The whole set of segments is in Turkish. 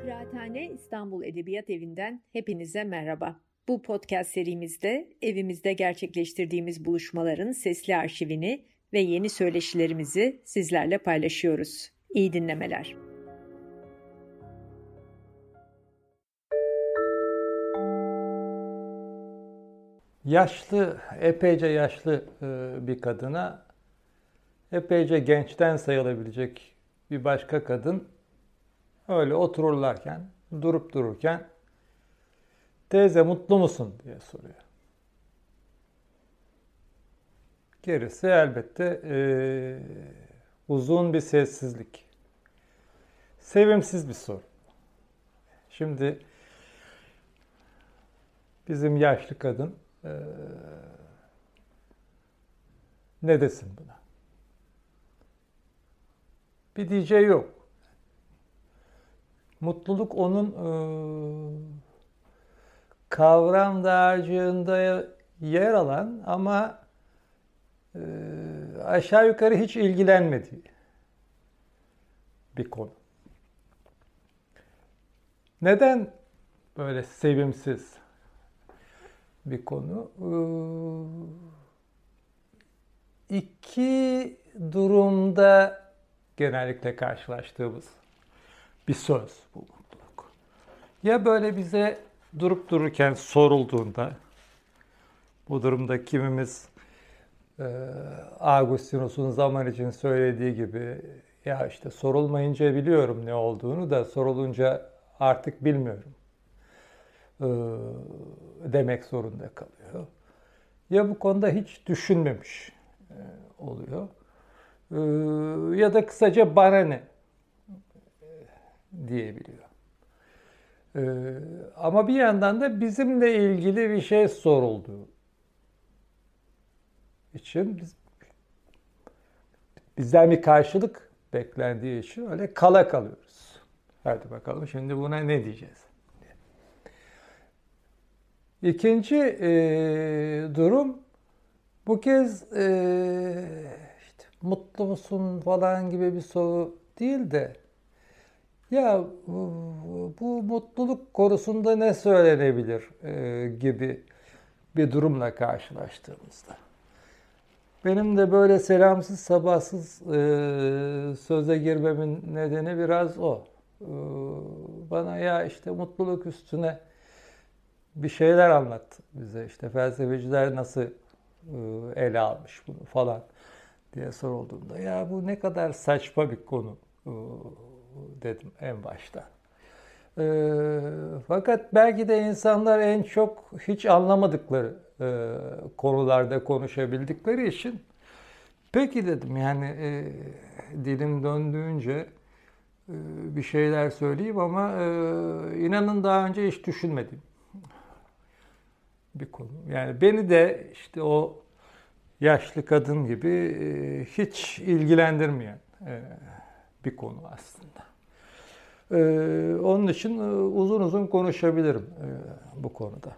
Kıraathane İstanbul Edebiyat Evi'nden hepinize merhaba. Bu podcast serimizde evimizde gerçekleştirdiğimiz buluşmaların sesli arşivini ve yeni söyleşilerimizi sizlerle paylaşıyoruz. İyi dinlemeler. Epeyce yaşlı bir kadına epeyce gençten sayılabilecek bir başka kadın öyle otururlarken, durup dururken "Teyze mutlu musun?" diye soruyor. Gerisi elbette uzun bir sessizlik. Sevimsiz bir soru. Şimdi bizim yaşlı kadın ne desin buna? Bir diyeceği yok. Mutluluk onun kavram dağarcığında yer alan ama aşağı yukarı hiç ilgilenmediği bir konu. Neden böyle sevimsiz bir konu? İki durumda genellikle karşılaştığımız bir söz bu mutluluk. Ya böyle bize durup dururken sorulduğunda, bu durumda kimimiz Agustinus'un zaman için söylediği gibi ya işte sorulmayınca biliyorum ne olduğunu da sorulunca artık bilmiyorum demek zorunda kalıyor. Ya bu konuda hiç düşünmemiş oluyor ya da kısaca bana ne diyebiliyor. Ama bir yandan da bizimle ilgili bir şey sorulduğu için bizden bir karşılık beklendiği için öyle kala kalıyoruz. Hadi bakalım şimdi buna ne diyeceğiz? İkinci durum bu kez işte, mutlu musun falan gibi bir soru değil de ya bu mutluluk konusunda ne söylenebilir gibi bir durumla karşılaştığımızda. Benim de böyle selamsız sabahsız söze girmemin nedeni biraz o. Bana ya işte mutluluk üstüne bir şeyler anlat bize, işte felsefeciler nasıl ele almış bunu falan diye sorulduğunda ya bu ne kadar saçma bir konu dedim en başta. Fakat belki de insanlar en çok hiç anlamadıkları konularda konuşabildikleri için peki dedim yani dilim döndüğünce bir şeyler söyleyeyim ama inanın daha önce hiç düşünmedim bir konu. Yani beni de işte o yaşlı kadın gibi hiç ilgilendirmeyen bir konu aslında. Onun için uzun uzun konuşabilirim bu konuda.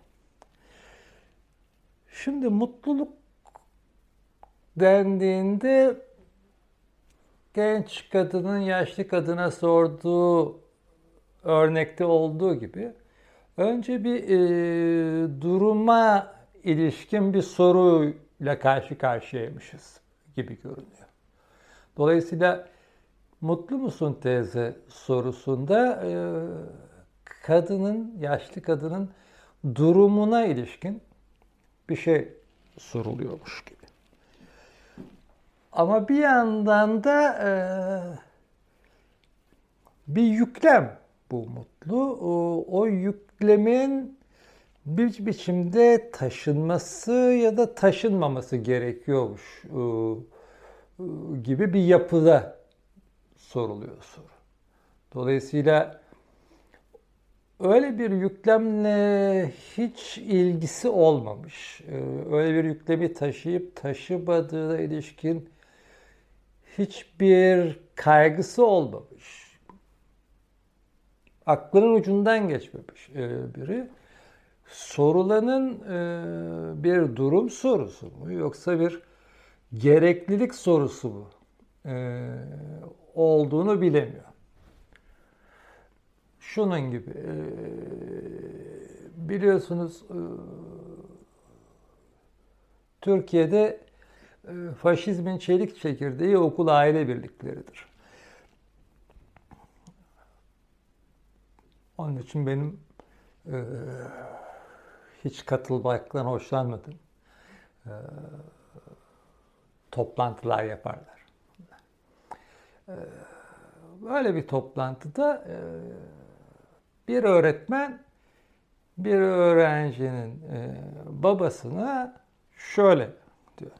Şimdi mutluluk dendiğinde genç kadının yaşlı kadına sorduğu örnekte olduğu gibi önce bir duruma ilişkin bir soruyla karşı karşıyaymışız gibi görünüyor. Dolayısıyla mutlu musun teyze sorusunda yaşlı kadının durumuna ilişkin bir şey soruluyormuş gibi. Ama bir yandan da bir yüklem bu mutlu. O yüklemin bir biçimde taşınması ya da taşınmaması gerekiyormuş gibi bir yapıda soruluyor soru. Dolayısıyla öyle bir yüklemle hiç ilgisi olmamış, öyle bir yüklemi taşıyıp taşımadığına ilişkin hiçbir kaygısı olmamış, aklının ucundan geçmemiş biri, sorulanın bir durum sorusu mu yoksa bir gereklilik sorusu mu olduğunu bilemiyor. şunun gibi. Biliyorsunuz Türkiye'de faşizmin çelik çekirdeği okul aile birlikleridir. Onun için benim hiç katılmaktan hoşlanmadım. Toplantılar yaparlar. Böyle bir toplantıda bir öğretmen bir öğrencinin babasına şöyle diyor.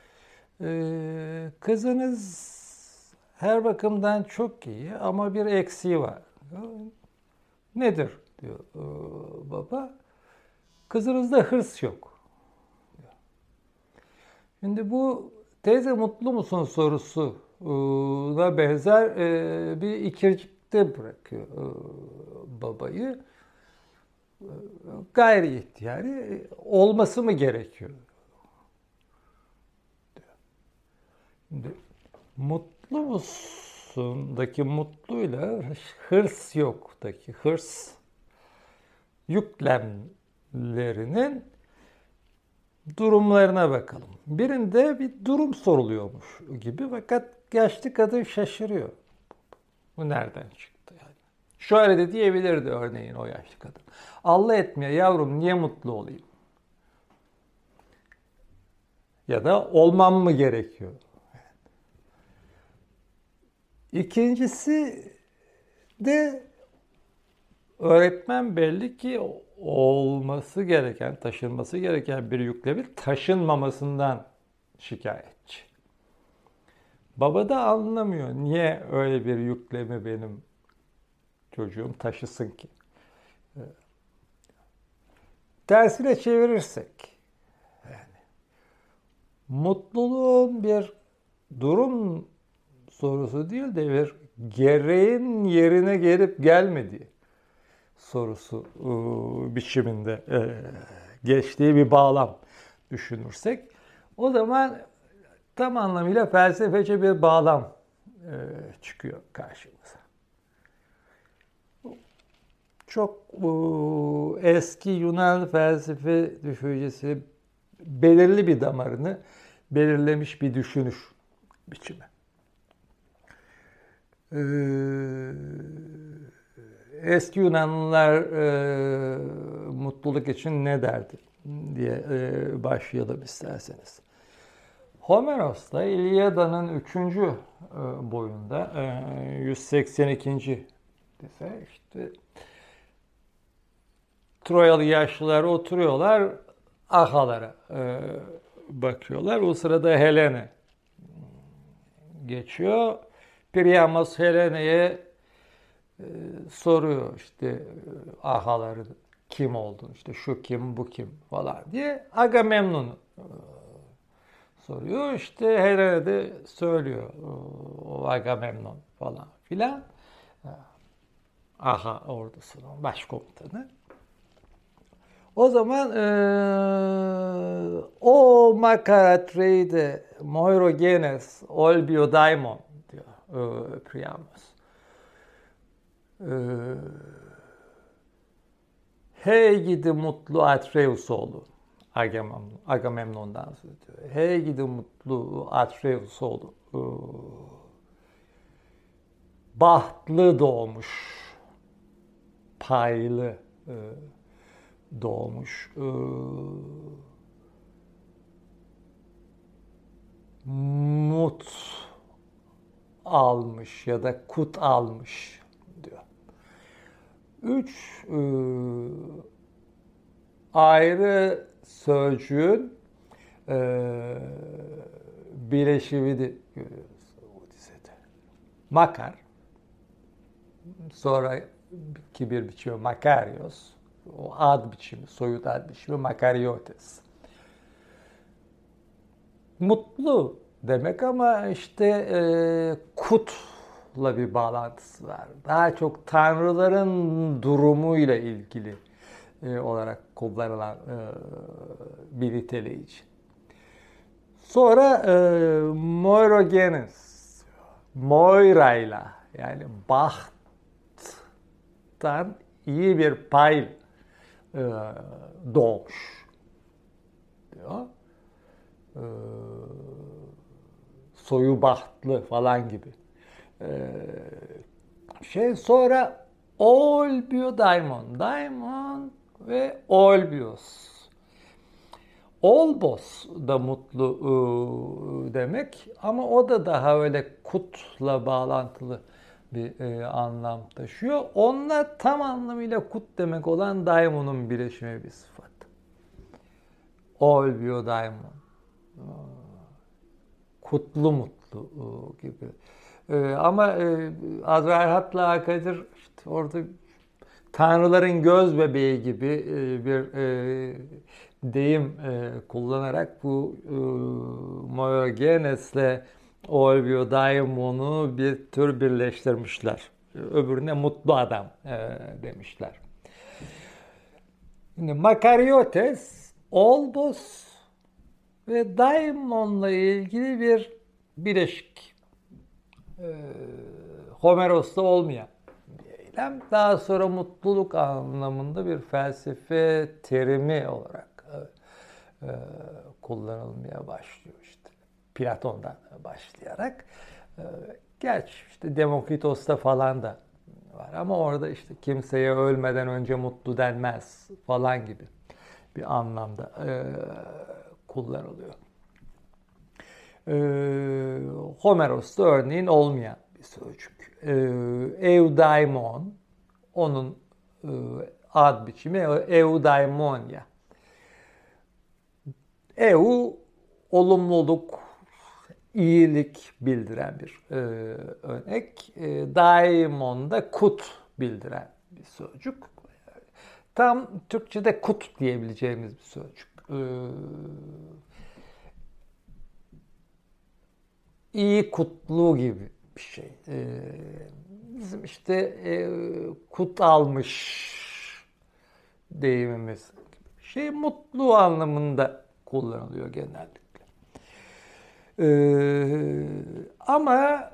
Kızınız her bakımdan çok iyi ama bir eksiği var. Nedir diyor baba. Kızınızda hırs yok. Şimdi bu teyze mutlu musun sorusuna benzer bir ikircikte bırakıyor babayı. Gayri ihtiyari olması mı gerekiyor? Şimdi, mutlu musundaki mutluyla hırs yoktaki hırs yüklemlerinin durumlarına bakalım. Birinde bir durum soruluyormuş gibi fakat yaşlı kadın şaşırıyor. Bu nereden çıktı yani? Şöyle de diyebilirdi örneğin o yaşlı kadın. Allah etmiyor yavrum niye mutlu olayım? Ya da olmam mı gerekiyor? İkincisi de öğretmen belli ki olması gereken, taşınması gereken bir yüklemin taşınmamasından şikayetçi. Baba da anlamıyor. Niye öyle bir yüklemi benim çocuğum taşısın ki? Tersine çevirirsek, yani mutluluğun bir durum sorusu değil de bir gereğin yerine gelip gelmediği sorusu biçiminde geçtiği bir bağlam düşünürsek o zaman tam anlamıyla felsefece bir bağlam çıkıyor karşımıza. Çok eski Yunan felsefe düşüncesi belirli bir damarını belirlemiş bir düşünüş biçimi. Eski Yunanlılar mutluluk için ne derdi diye başlayalım isterseniz. Homeros'ta İlyada'nın 3. boyunda 182. dese işte Troyalı yaşlılar oturuyorlar, ahalara bakıyorlar. O sırada Helene geçiyor. Priamos Helene'ye soruyor işte ahaların kim olduğunu, işte şu kim, bu kim falan diye Agamemnon'u soruyor. İşte Helene de söylüyor o Agamemnon falan filan. Aha ordusunun başkomutanı. O zaman o makaratreide moirogenes olbio daimon diyor Priamos. Hey gidi mutlu Atreus oğlu. Agamemnon'dan söz ediyor. Hey gidi mutlu Atreus oğlu. Bahtlı doğmuş. Paylı doğmuş. Mut almış ya da kut almış diyor. 3 ayrı sözcüğün bileşimini görüyoruz Odise'de. Makar, sonra bir biçimi Makarios, o ad biçimi, soyut ad biçimi Makariotes. Mutlu demek ama işte kutla bir bağlantısı var. Daha çok tanrıların durumuyla ilgili olarak kullanılan bir niteleyici. Sonra Moirogenes, Moira'yla yani baht mutluluktan iyi bir pay doğmuş diyor. Soyu bahtlı falan gibi. Sonra Olbio-Daimon. Daimon ve Olbios. Olbos da mutlu demek ama o da daha öyle kutla bağlantılı bir anlam taşıyor. Onunla tam anlamıyla kut demek olan Daimon'un birleşimi bir sıfat. Olbio-Daimon. Kutlu mutlu gibi. Ama Azrailhat'la Akadir işte orada tanrıların göz bebeği gibi bir deyim kullanarak bu Moiogenes'le Olbio-Daimon'u bir tür birleştirmişler. Öbürüne mutlu adam demişler. Şimdi Makariotes, Olbos ve Daimon'la ilgili bir bileşik. Homeros'ta olmayan bir eylem. Daha sonra mutluluk anlamında bir felsefe terimi olarak kullanılmaya başlıyor işte. Platon'dan başlayarak. Gerçi işte Demokritos'ta falan da var ama orada işte kimseye ölmeden önce mutlu denmez falan gibi bir anlamda kullanılıyor. Homeros'ta örneğin olmayan bir sözcük. Eudaimon, onun ad biçimi eudaimonia. Olumluluk, iyilik bildiren bir örnek. Daimon da kut bildiren bir sözcük. Tam Türkçe'de kut diyebileceğimiz bir sözcük. İyi kutlu gibi bir şey. Bizim işte kut almış deyimimiz gibi. Mutlu anlamında kullanılıyor genellikle. Ama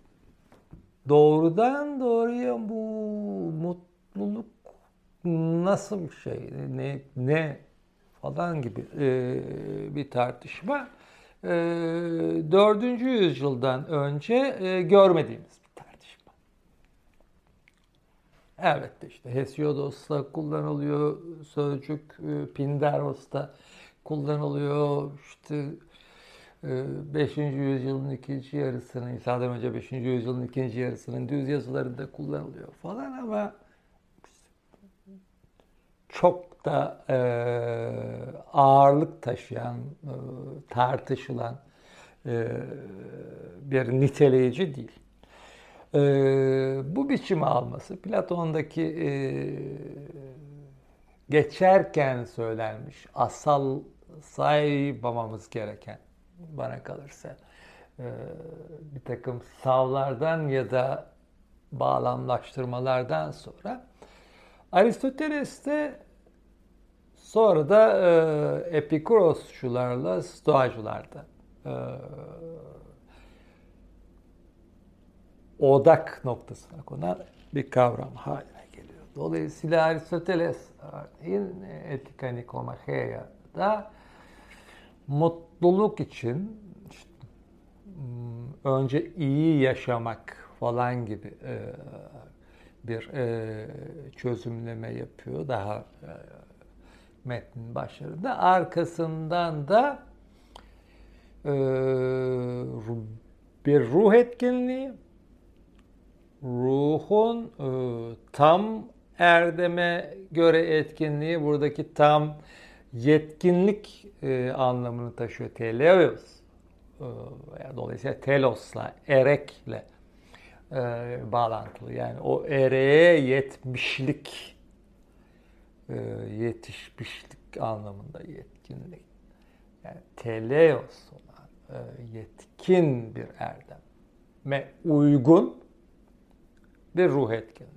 doğrudan doğruya bu mutluluk nasıl bir şey, ne falan gibi bir tartışma 4. yüzyıldan önce görmediğimiz bir tartışma. Elbette işte Hesiodos'ta kullanılıyor sözcük, Pindaros'ta kullanılıyor, işte 5. yüzyılın ikinci yarısının, İsa'dan önce 5. yüzyılın ikinci yarısının düz yazılarında kullanılıyor falan ama çok da ağırlık taşıyan, tartışılan bir niteleyici değil. Bu biçimi alması Platon'daki geçerken söylenmiş, asal saymamamız gereken bana kalırsa bir takım savlardan ya da bağlamlaştırmalardan sonra Aristoteles'te sonra da Epikurosçularla Stoacılarda odak noktasına konan bir kavram haline geliyor. Dolayısıyla Aristoteles örneğin Etika Nikomacheia'da mutluluk için işte, önce iyi yaşamak falan gibi bir çözümleme yapıyor daha metnin başlarında. Arkasından da bir ruh etkinliği, ruhun tam erdeme göre etkinliği, buradaki tam yetkinlik anlamını taşıyor. Teleos, dolayısıyla telosla, erekle bağlantılı. Yani o ereğe yetmişlik, yetişmişlik anlamında yetkinlik. Yani teleos olan yetkin bir erdeme uygun bir ruh etkinliği.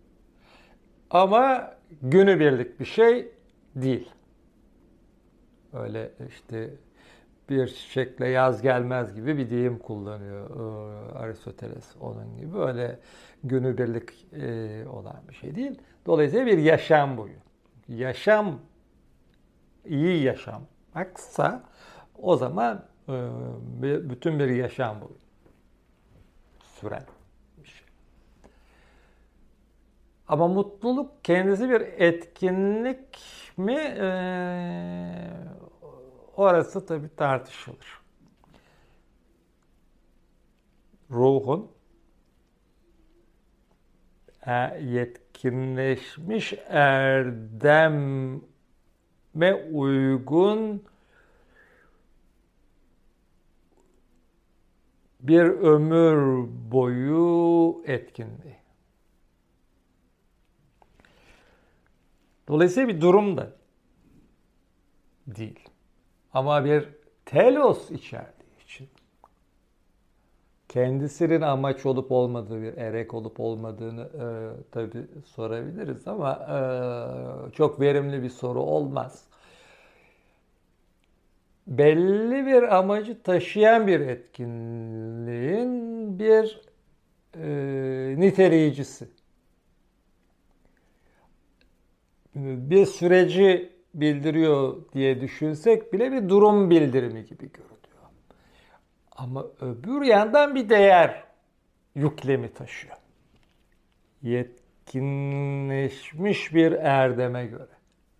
Ama günübirlik bir şey değil. Öyle işte bir çiçekle yaz gelmez gibi bir deyim kullanıyor Aristoteles onun gibi. Öyle günübirlik olan bir şey değil. Dolayısıyla bir yaşam boyu. Yaşam, iyi yaşamaksa o zaman bütün bir yaşam boyu süren bir şey. Ama mutluluk kendisi bir etkinlik mi? Orası tabii tartışılır. Ruhun yetkinleşmiş erdeme uygun bir ömür boyu etkinliği. Dolayısıyla bir durum da değil. Ama bir telos içerdiği için kendisinin amaç olup olmadığı, bir erek olup olmadığını tabii sorabiliriz ama çok verimli bir soru olmaz. Belli bir amacı taşıyan bir etkinliğin bir niteleyicisi. Bir süreci bildiriyor diye düşünsek bile bir durum bildirimi gibi görünüyor. Ama öbür yandan bir değer yüklemi taşıyor. Yetkinleşmiş bir erdeme göre.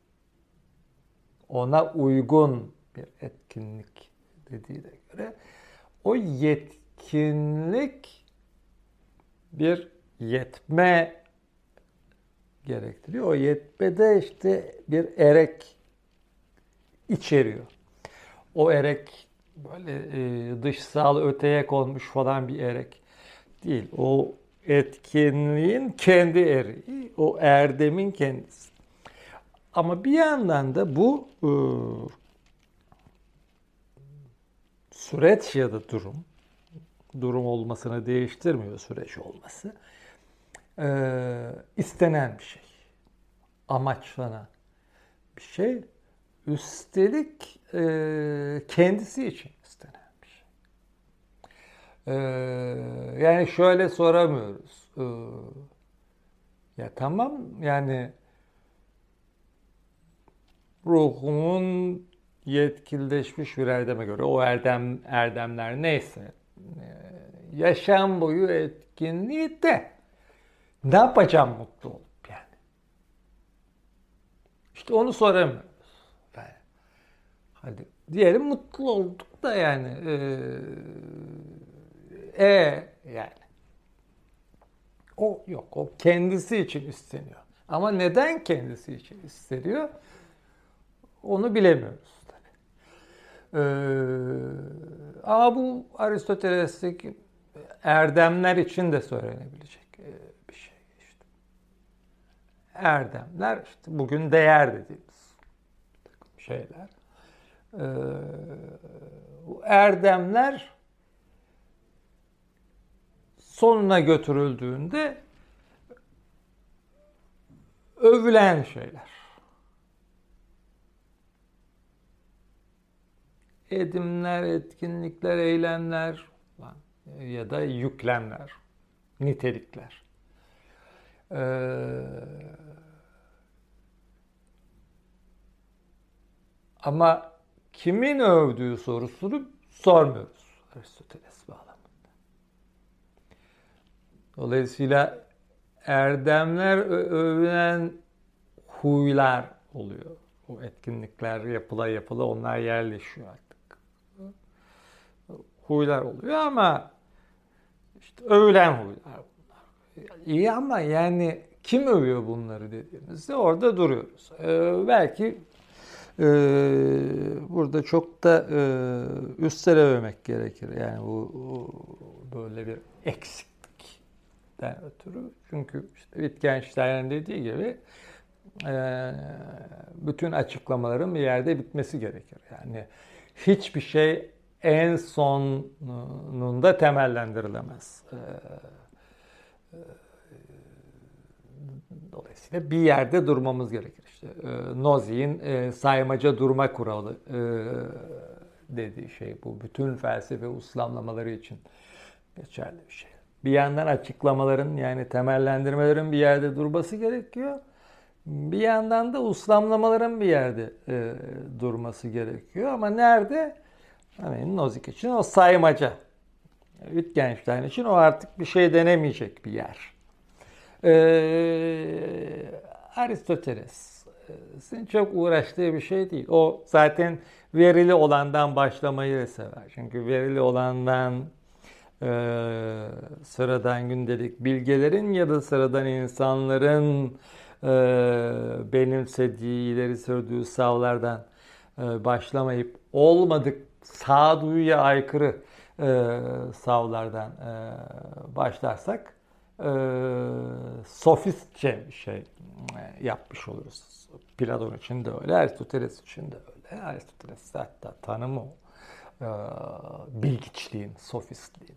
Ona uygun bir etkinlik dediğine göre o yetkinlik bir yetme gerektiriyor. O yetmede işte bir erek içeriyor. O erek böyle dışsal öteye konmuş falan bir erek değil. O etkinliğin kendi ereği, o erdemin kendisi. Ama bir yandan da bu süreç ya da durum olmasını değiştirmiyor süreç olması. İstenen bir şey. Amaçlanan bir şey. Üstelik kendisi için istenen bir şey. Yani şöyle soramıyoruz. Ya tamam yani ruhumun yetkilileşmiş bir erdeme göre o erdemler neyse yaşam boyu etkinliği de ne yapacağım mutlu olup yani? İşte onu soramıyoruz. Yani, hadi diyelim mutlu olduk da yani yani o yok. O kendisi için isteniyor. Ama neden kendisi için isteniyor? Onu bilemiyoruz tabii. Ama bu Aristoteles'teki erdemler için de söylenebilecek bir şey işte. Erdemler işte bugün değer dediğimiz şeyler. Bu erdemler sonuna götürüldüğünde övülen şeyler. Edimler, etkinlikler, eylemler ya da yüklemler, nitelikler. Ama kimin övdüğü sorusunu sormuyoruz Aristoteles bağlamında. Dolayısıyla erdemler övülen huylar oluyor. O etkinlikler yapıla onlar yerleşiyor artık. Huylar oluyor ama işte övülen huylar bunlar. İyi ama yani kim övüyor bunları dediğimizde orada duruyoruz. Belki burada çok da üstel övmek gerekir. Yani bu böyle bir eksiklikten ötürü. Çünkü işte Wittgenstein'in dediği gibi bütün açıklamaların bir yerde bitmesi gerekir. Yani hiçbir şey en sonunda temellendirilemez. Dolayısıyla bir yerde durmamız gerekir. İşte Nozick'in saymaca durma kuralı dediği şey bu. Bütün felsefe uslamlamaları için geçerli bir şey. Bir yandan açıklamaların yani temellendirmelerin bir yerde durması gerekiyor. Bir yandan da uslamlamaların bir yerde durması gerekiyor. Ama nerede? Hani Nozick için o saymaca. Wittgenstein için o artık bir şey denemeyecek bir yer. Aristoteles'in çok uğraştığı bir şey değil. O zaten verili olandan başlamayı sever. Çünkü verili olandan sıradan gündelik bilgelerin ya da sıradan insanların benimsediği, ileri sürdüğü savlardan başlamayıp olmadık sağduyuya aykırı savlardan başlarsak sofistçe bir şey yapmış oluruz. Platon için de öyle, Aristoteles için de öyle. Aristoteles hatta tanımı bilgiçliğin, sofistliğin.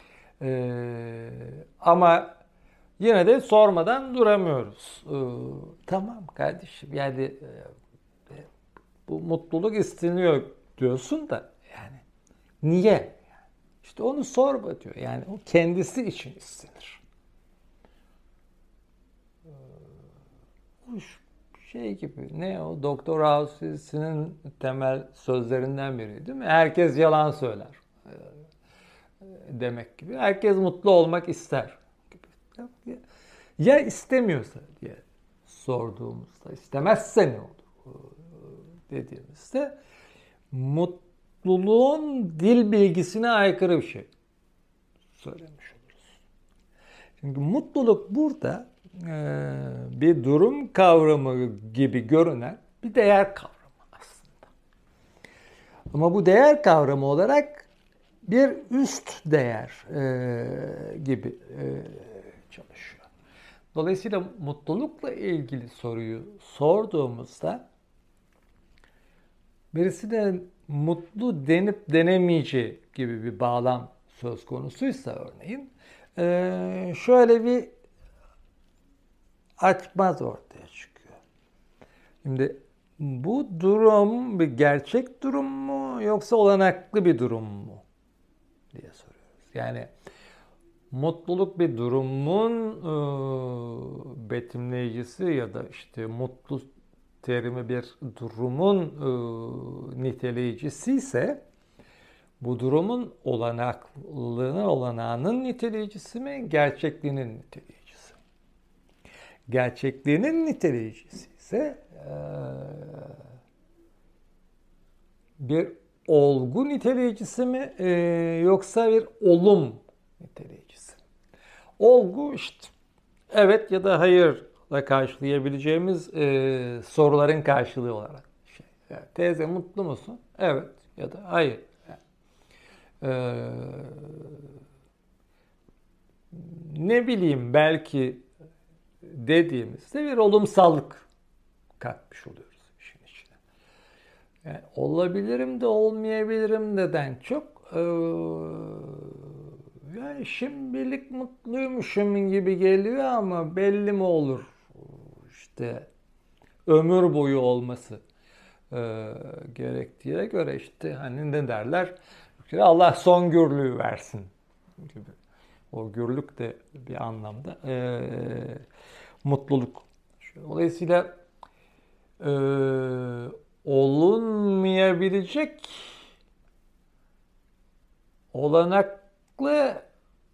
Ama yine de sormadan duramıyoruz. Tamam kardeşim yani bu mutluluk isteniyor diyorsun da yani niye? İşte onu sorma diyor. Yani o kendisi için istenir. Bu şey gibi ne o Doktor House'nin temel sözlerinden biri değil mi? Herkes yalan söyler. Demek gibi. Herkes mutlu olmak ister. Ya istemiyorsa diye sorduğumuzda, istemezse ne olur dediğimizde mutluluğun dil bilgisine aykırı bir şey söylemiş oluruz. Çünkü mutluluk burada bir durum kavramı gibi görünen bir değer kavramı aslında. Ama bu değer kavramı olarak bir üst değer gibi çalışıyor. Dolayısıyla mutlulukla ilgili soruyu sorduğumuzda birisi de mutlu denip denemeyeceği gibi bir bağlam söz konusuysa örneğin şöyle bir açmaz ortaya çıkıyor. Şimdi bu durum bir gerçek durum mu yoksa olanaklı bir durum mu diye soruyoruz. Yani mutluluk bir durumun betimleyicisi ya da işte mutlu terimi bir durumun niteleyicisi ise bu durumun olanağının niteleyicisi mi, gerçekliğinin niteleyicisi? Gerçekliğinin niteleyicisi ise bir olgu niteleyicisi mi yoksa bir olum niteleyicisi? Olgu işte evet ya da hayırla karşılayabileceğimiz soruların karşılığı olarak. Yani, teyze mutlu musun? Evet ya da hayır. Ne bileyim belki dediğimizde bir olumsallık katmış oluyoruz işin içine. Yani olabilirim de olmayabilirim deden çok ya şimdilik mutluymuşum gibi geliyor ama belli mi olur işte ömür boyu olması gerektiğine göre işte hani ne derler Allah son gürlüğü versin gibi. O gürlük de bir anlamda mutluluk. Dolayısıyla olunmayabilecek olanaklı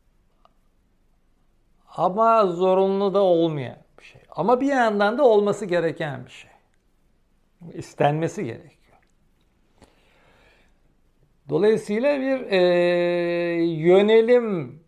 ama zorunlu da olmayan bir şey. Ama bir yandan da olması gereken bir şey. İstenmesi gerekiyor. Dolayısıyla bir yönelim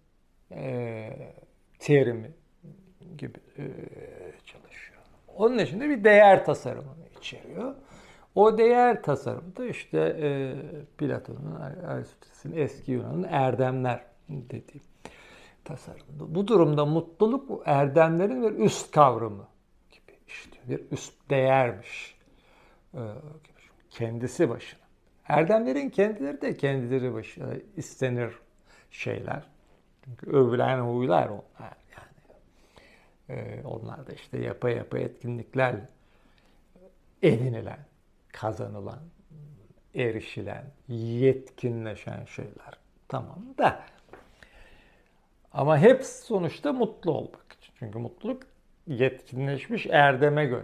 terimi gibi çalışıyor. Onun içinde bir değer tasarımını içeriyor. O değer tasarımı da işte Platon'un, Aristoteles'in, eski Yunan'ın erdemler dediği tasarım. Bu durumda mutluluk erdemlerin bir üst kavramı gibi işliyor. Bir üst değermiş. Kendisi başına. Erdemlerin kendileri de kendileri başına istenir şeyler. Çünkü övülen huylar onlar yani. Onlar da işte yapa etkinliklerle edinilen, kazanılan erişilen, yetkinleşen şeyler. Tamam da. Ama hep sonuçta mutlu olmak için. Çünkü mutluluk yetkinleşmiş erdeme göre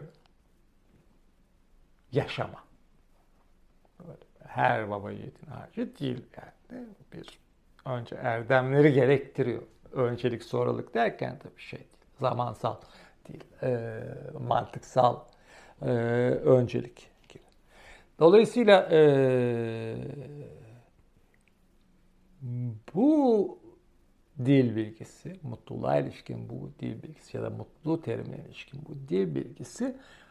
yaşama. Böyle her baba yiğidin harcı değil yani. Bir önce erdemleri gerektiriyor. Öncelik sonralık derken tabii şey değil. Zamansal değil. Mantıksal öncelik gibi. Dolayısıyla bu dil bilgisi, mutluluğa ilişkin bu dil bilgisi ya da mutluluğu terimine ilişkin bu dil bilgisi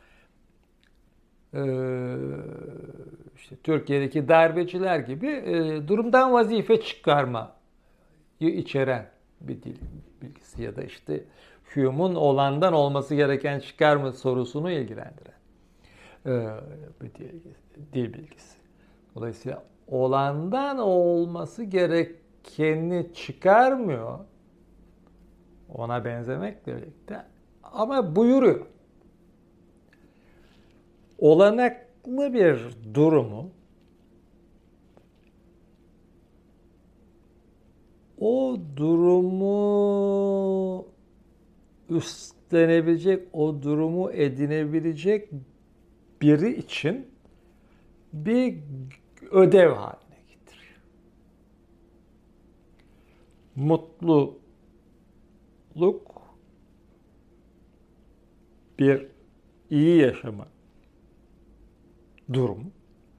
işte Türkiye'deki darbeciler gibi durumdan vazife çıkarmayı içeren bir dil bilgisi ya da işte Hume'un olandan olması gereken çıkar mı sorusunu ilgilendiren bir dil bilgisi. Dolayısıyla olandan olması gerekeni çıkarmıyor, ona benzemekle birlikte, ama buyuruyor. Olanaklı bir durumu o durumu üstlenebilecek, o durumu edinebilecek biri için bir ödev haline getiriyor. Mutluluk bir iyi yaşama durum.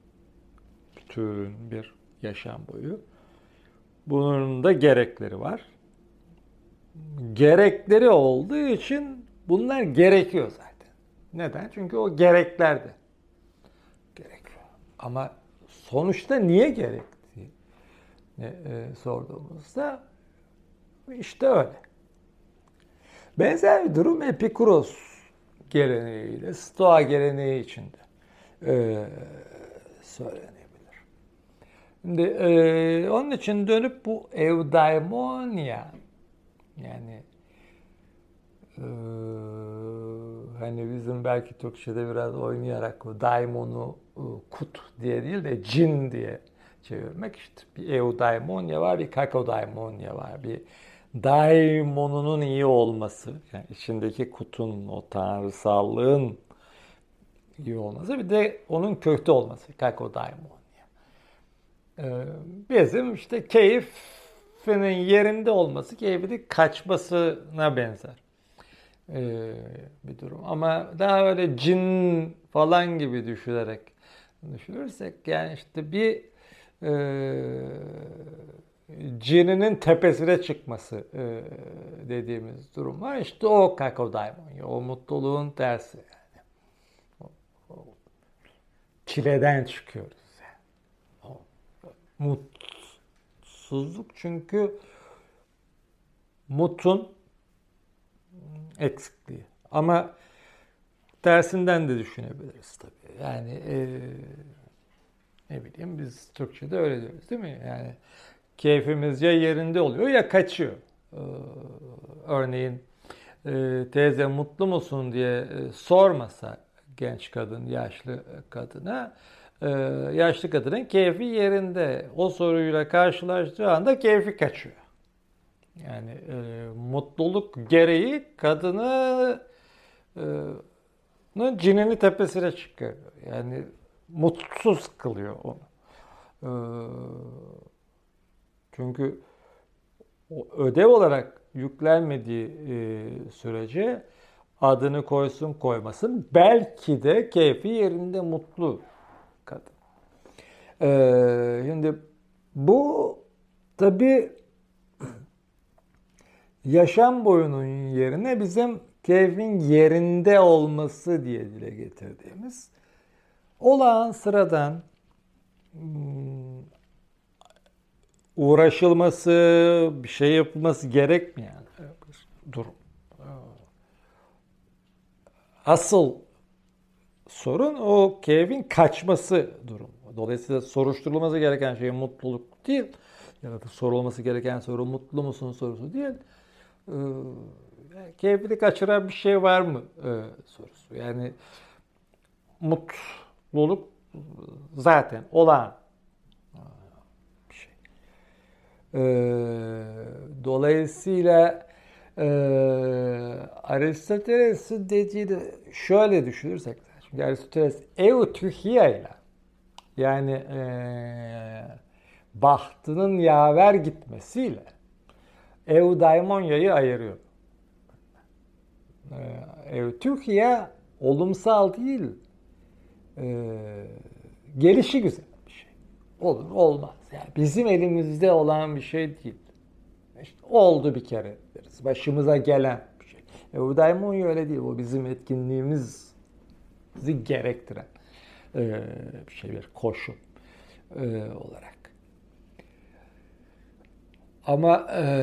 Bütün bir yaşam boyu. Bunun da gerekleri var. Gerekleri olduğu için bunlar gerekiyor zaten. Neden? Çünkü o gereklerdi. Gerekiyor. Ama sonuçta niye gerektiği sorduğumuzda işte öyle. Benzer bir durum Epikuros geleneğiyle Stoa geleneği içinde söylenebilir. Şimdi onun için dönüp bu eudaimonia, yani hani bizim belki Türkçe'de biraz oynayarak o daimonu kut diye değil de cin diye çevirmek, işte bir eudaimonia var, bir kakodaimonia var. Bir daimonunun iyi olması, yani içindeki kutun, o tanrısallığın iyi olması, bir de onun kötü olması, kakodaimonia. Bizim işte keyfinin yerinde olması, keyfinin kaçmasına benzer bir durum. Ama daha öyle cin falan gibi düşünürsek, yani işte bir cininin tepesine çıkması dediğimiz durum var. İşte o kakodaimonya, o mutluluğun tersi. Yani. O çileden çıkıyoruz. Yani. Mutsuzluk çünkü mutun eksikliği. Ama tersinden de düşünebiliriz tabii. Yani ne bileyim, biz Türkçe'de öyle diyoruz değil mi? Yani keyfimiz ya yerinde oluyor ya kaçıyor. Örneğin teyze mutlu musun diye sormasa genç kadın yaşlı kadına, yaşlı kadının keyfi yerinde. O soruyla karşılaştığı anda keyfi kaçıyor. Yani mutluluk gereği kadını cinini tepesine çıkarıyor. Yani mutsuz kılıyor onu. Çünkü o ödev olarak yüklenmediği sürece adını koysun koymasın belki de keyfi yerinde mutlu kadın. Şimdi bu tabii yaşam boyunun yerine bizim keyfin yerinde olması diye dile getirdiğimiz olağan sıradan uğraşılması, bir şey yapılması gerekmeyen bir durum. Asıl sorun o keyfin kaçması durumu. Dolayısıyla soruşturulması gereken şey mutluluk değil, ya da sorulması gereken soru mutlu musun sorusu değil. Keyfini kaçıran bir şey var mı sorusu. Yani mutluluk zaten olağan bir şey. Dolayısıyla Aristoteles'in dediği de şöyle düşünürsek, çünkü Aristoteles eutychia ile, yani bahtının yaver gitmesiyle eudaimonia'yı ayırıyor. Eutychia olumsal değil, gelişi güzel bir şey. Olur, olmaz. Yani bizim elimizde olan bir şey değil. İşte oldu bir kere deriz. Başımıza gelen bir şey. Eudaimonia öyle değil. O bizim etkinliğimizi gerektiren bir şey, bir koşul olarak. Ama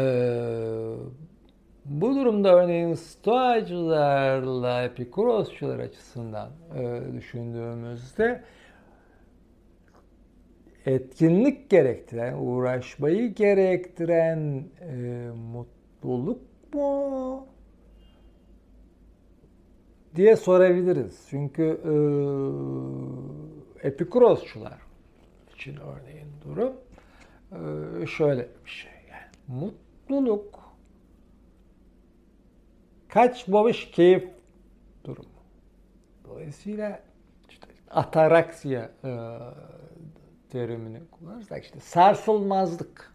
bu durumda örneğin Stoacılarla Epikurosçular açısından düşündüğümüzde etkinlik gerektiren, uğraşmayı gerektiren mutluluk mu diye sorabiliriz. Çünkü Epikurosçular için örneğin durum şöyle bir şey. Yani mutluluk kaçmamış keyif durumu. Dolayısıyla işte ataraksiya terimini kullanırsak işte sarsılmazlık.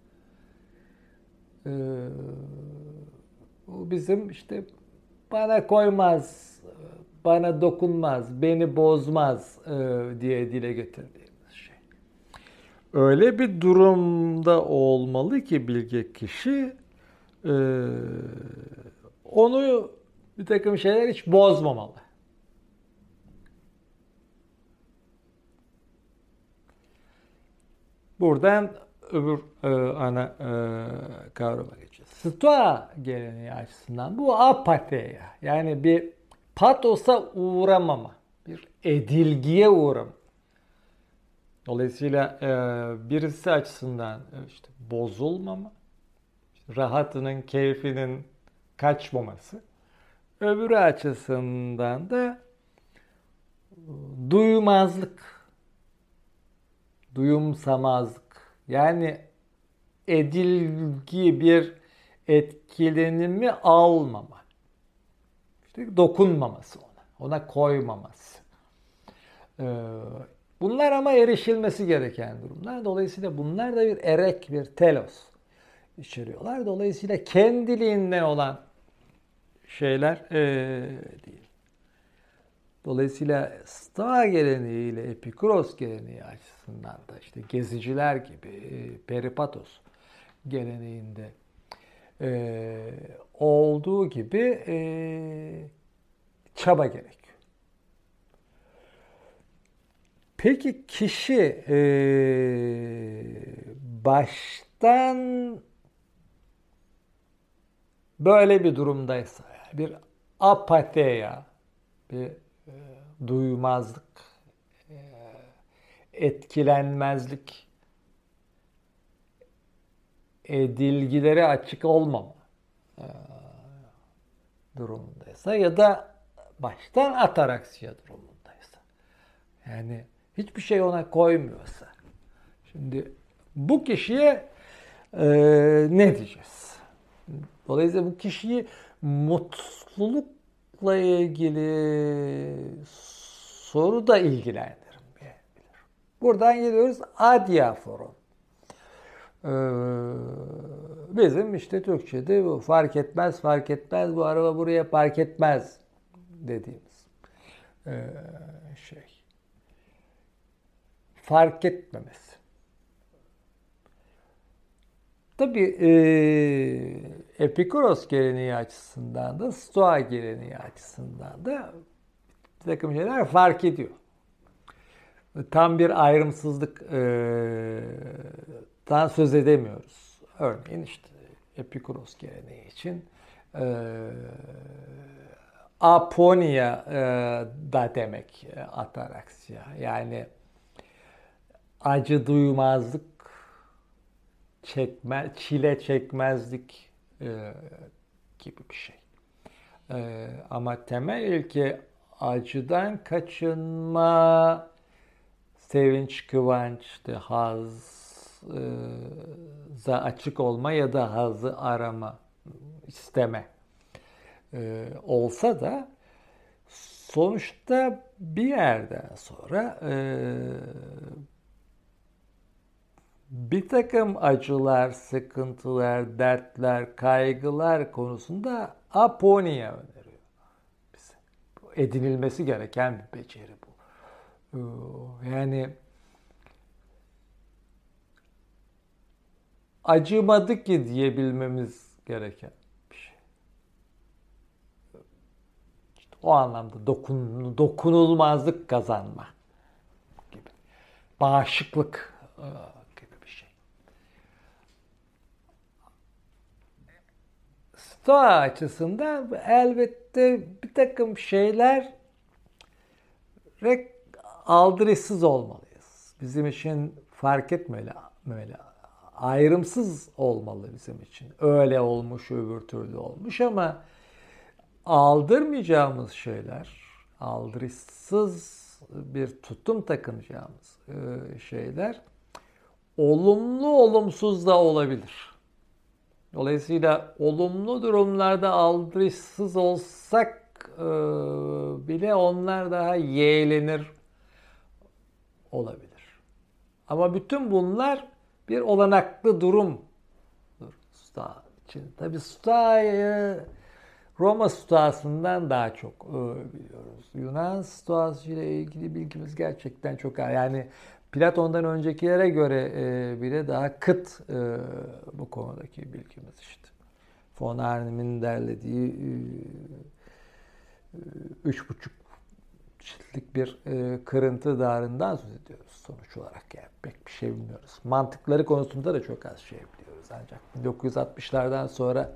Bu bizim işte bana koymaz, bana dokunmaz, beni bozmaz diye dile getirdiğimiz şey. Öyle bir durumda olmalı ki bilge kişi onu bir takım şeyler hiç bozmamalı. Buradan öbür ana kavrama geçeceğiz. Stoa geleneği açısından bu apatheia, yani bir patosa uğramama, bir edilgiye uğrama. Dolayısıyla birisi açısından işte bozulmama, işte rahatının, keyfinin kaçmaması. Öbürü açısından da duymazlık, duyumsamazlık. Yani edilgi bir etkilenimi almama. İşte dokunmaması ona koymaması. Bunlar ama erişilmesi gereken durumlar. Dolayısıyla bunlar da bir erek, bir telos içeriyorlar. Dolayısıyla kendiliğinden olan şeyler değil. Dolayısıyla Stoa geleneği ile Epikuros geleneği açısından da işte geziciler gibi Peripatos geleneğinde olduğu gibi çaba gerekiyor. Peki kişi baştan böyle bir durumdaysa, bir apatheia, bir duymazlık, etkilenmezlik, edilgilere açık olmama durumundaysa ya da baştan ataraksiya durumundaysa, yani hiçbir şey ona koymuyorsa, şimdi bu kişiye ne diyeceğiz? Dolayısıyla bu kişiyi mutlulukla ilgili soru da ilgilendirmeyebilir. Buradan geliyoruz adiaforon. Bizim işte Türkçe'de bu fark etmez, fark etmez, bu araba buraya park etmez dediğimiz şey. Fark etmemesi. Tabii Epikuros geleneği açısından da, Stoa geleneği açısından da bir takım şeyler fark ediyor. Tam bir ayrımsızlıktan söz edemiyoruz. Örneğin işte Epikuros geleneği için aponia da demek ataraksiya. Yani acı duymazlık, çile çekmezlik gibi bir şey. Ama temel ilke acıdan kaçınma, sevinç, kıvanç, işte hazza açık olma ya da hazzı arama, isteme olsa da sonuçta bir yerden sonra bir takım acılar, sıkıntılar, dertler, kaygılar konusunda aponia öneriyor bize. Edinilmesi gereken bir beceri bu. Yani acımadı ki diyebilmemiz gereken bir şey. İşte o anlamda dokunulmazlık kazanma gibi. Bağışıklık gibi bir şey. Stoa açısından elbette bir takım şeyler aldırışsız olmalıyız. Bizim için fark etmeli, ayrımsız olmalı bizim için. Öyle olmuş, öbür türlü olmuş ama aldırmayacağımız şeyler, aldırışsız bir tutum takınacağımız şeyler olumlu olumsuz da olabilir. Dolayısıyla olumlu durumlarda aldırışsız olsak bile onlar daha yeğlenir olabilir. Ama bütün bunlar bir olanaklı durumdur Stoa için. Tabii Stoa'yı Roma Stoa'sından daha çok biliyoruz. Yunan Stoa'sı ile ilgili bilgimiz gerçekten çok az. Yani Platon'dan öncekilere göre bile daha kıt bu konudaki bilgimiz işte. Von Arnim'in derlediği 3,5 ciltlik bir kırıntı dağarından söz ediyoruz sonuç olarak. Yani pek bir şey bilmiyoruz. Mantıkları konusunda da çok az şey biliyoruz ancak 1960'lardan sonra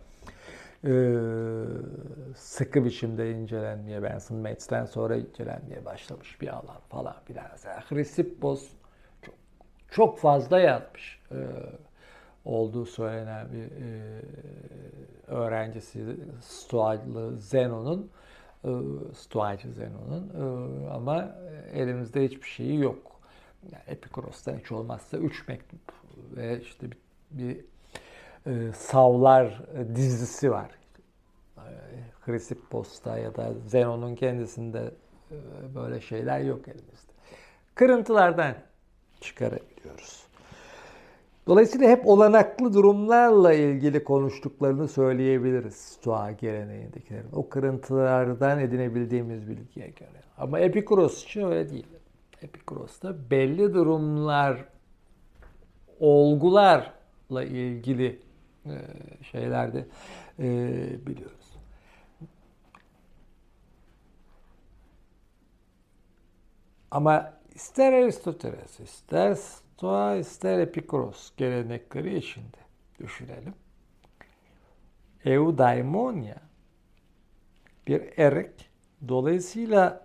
sıkı biçimde incelenmeye, Benson Matz'ten sonra incelenmeye başlamış bir alan falan filan. Mesela Chrysippos çok fazla yazmış olduğu söylenen bir öğrencisi Stoacı Zenon'un ama elimizde hiçbir şeyi yok. Yani Epikuros'tan hiç olmazsa 3 mektup ve işte bir savlar dizisi var. Chrysippos'ta ya da Zenon'un kendisinde böyle şeyler yok elimizde. Kırıntılardan çıkarabiliyoruz. Dolayısıyla hep olanaklı durumlarla ilgili konuştuklarını söyleyebiliriz Stoa geleneğindekilerin. O kırıntılardan edinebildiğimiz bilgiye göre. Ama Epikuros için öyle değil. Epikuros'ta belli durumlar, olgularla ilgili şeylerde biliyoruz. Ama ister Aristoteles, ister Stoa, ister Epikuros gelenekleri içinde düşünelim. Eudaimonia bir erek, dolayısıyla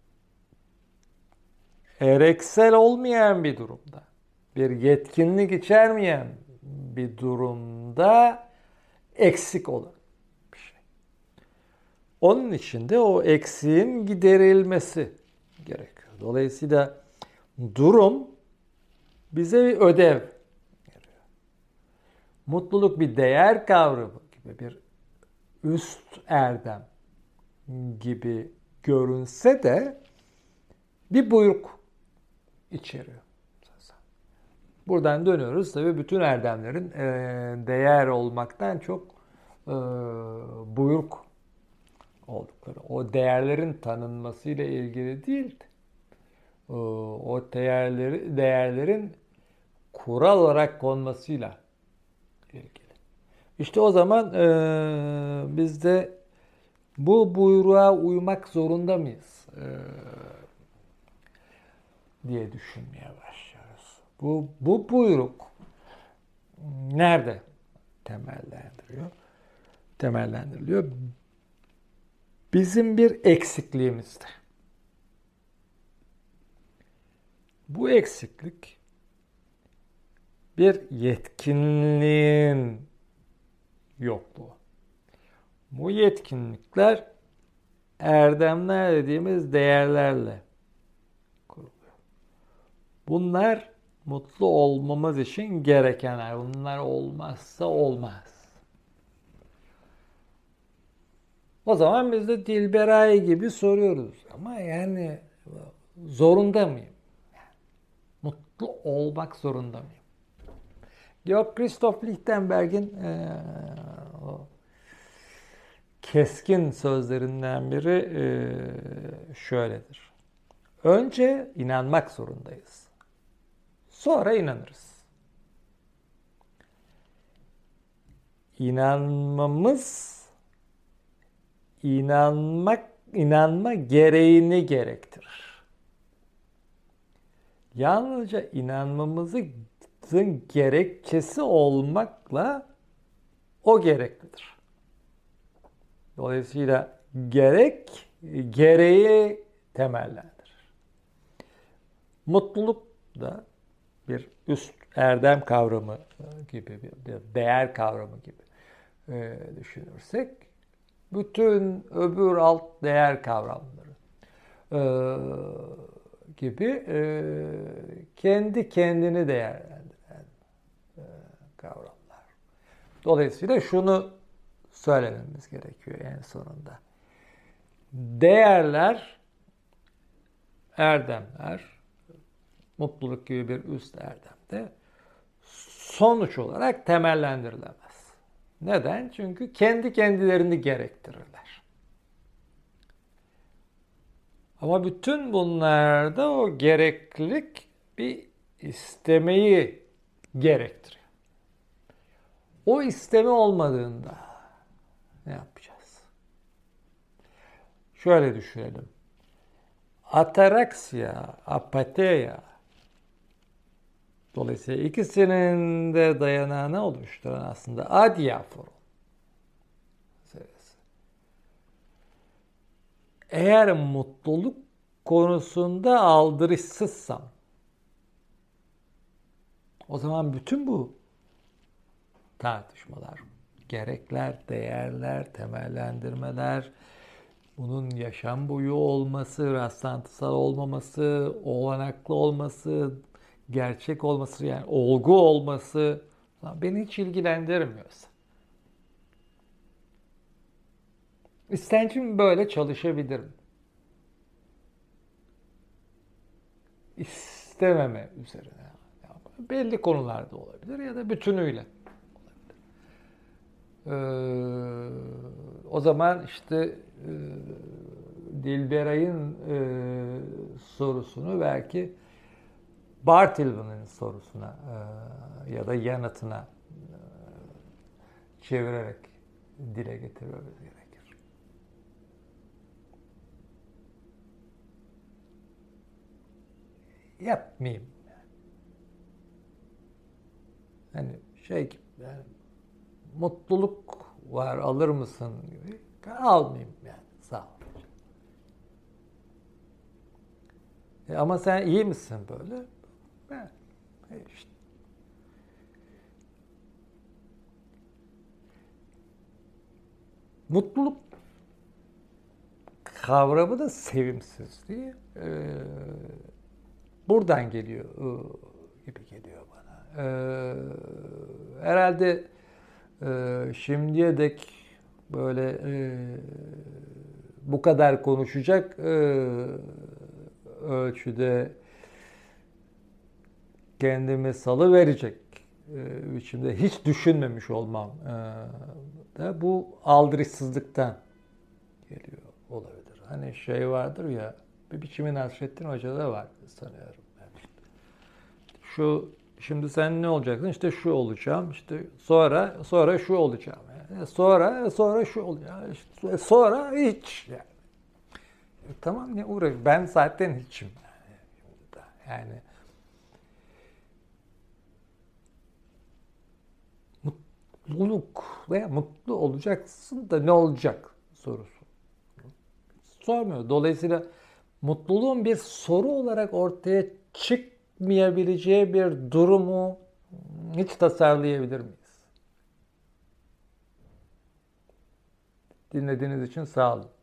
ereksel olmayan bir durumda, bir yetkinlik içermeyen bir durumda eksik olan bir şey. Onun için de o eksiğin giderilmesi gerekiyor. Dolayısıyla durum bize bir ödev veriyor. Mutluluk bir değer kavramı gibi, bir üst erdem gibi görünse de bir buyruk içeriyor. Buradan dönüyoruz. Tabii bütün erdemlerin değer olmaktan çok buyruk oldukları. O değerlerin tanınmasıyla ilgili değil, o değerlerin kural olarak konmasıyla ilgili. İşte o zaman biz de bu buyruğa uymak zorunda mıyız diye düşünmeye başlıyoruz. Bu buyruk nerede temellendiriliyor? Bizim bir eksikliğimizde. Bu eksiklik bir yetkinliğin yokluğu. Bu yetkinlikler erdemler dediğimiz değerlerle kuruluyor. Bunlar mutlu olmamız için gerekenler. Bunlar olmazsa olmaz. O zaman biz de Dilberay gibi soruyoruz. Ama yani zorunda mıyım? Mutlu olmak zorunda mıyım? Georg Christoph Lichtenberg'in o keskin sözlerinden biri şöyledir. Önce inanmak zorundayız. Sonra inanırız. İnanma gereğini gerektirir. Yalnızca inanmamızın gerekçesi olmakla o gereklidir. Dolayısıyla gereği temellendirir. Mutluluk da bir üst erdem kavramı gibi, bir değer kavramı gibi düşünürsek, bütün öbür alt değer kavramları gibi kendi kendini değerlendiren kavramlar. Dolayısıyla şunu söylememiz gerekiyor en sonunda. Değerler, erdemler, mutluluk gibi bir üst erdemde sonuç olarak temellendirilemez. Neden? Çünkü kendi kendilerini gerektirirler. Ama bütün bunlarda o gereklilik bir istemeyi gerektiriyor. O isteme olmadığında ne yapacağız? Şöyle düşünelim. Ataraksiya, apateya, dolayısıyla ikisinin de dayanağını oluşturan aslında adiaforon seviyesi. Eğer mutluluk konusunda aldırışsızsam, o zaman bütün bu tartışmalar, gerekler, değerler, temellendirmeler, bunun yaşam boyu olması, rastlantısal olmaması, olanaklı olması, gerçek olması, yani olgu olması beni hiç ilgilendirmiyorsa. İstencim böyle çalışabilirim. İstememe üzerine. Yani belli konularda olabilir ya da bütünüyle. O zaman işte Dilberay'ın sorusunu belki Barthelme'nin sorusuna ya da yanıtına çevirerek dile getirmemiz gerekir. Yapmayayım. Hani şey gibi, yani mutluluk var, alır mısın gibi. Almayayım yani, sağ ol. Ama sen iyi misin böyle? Ben işte. Mutluluk kavramı da sevimsizliği buradan geliyor gibi geliyor bana. Herhalde şimdiye dek böyle bu kadar konuşacak ölçüde kendimi salıverecek biçimde hiç düşünmemiş olmam da bu aldırışsızlıktan geliyor olabilir. Hani şey vardır ya, bir biçimi Nasrettin Hoca'da var sanıyorum. Şu şimdi sen ne olacaksın? İşte şu olacağım. İşte sonra şu olacağım. Yani sonra şu olacağım. İşte sonra hiç yani. Tamam, ne uğraş? Ben zaten hiçim. Yani mutluluk veya mutlu olacaksın da ne olacak sorusu. Sormuyor. Dolayısıyla mutluluğun bir soru olarak ortaya çıkmayabileceği bir durumu hiç tasarlayabilir miyiz? Dinlediğiniz için sağ olun.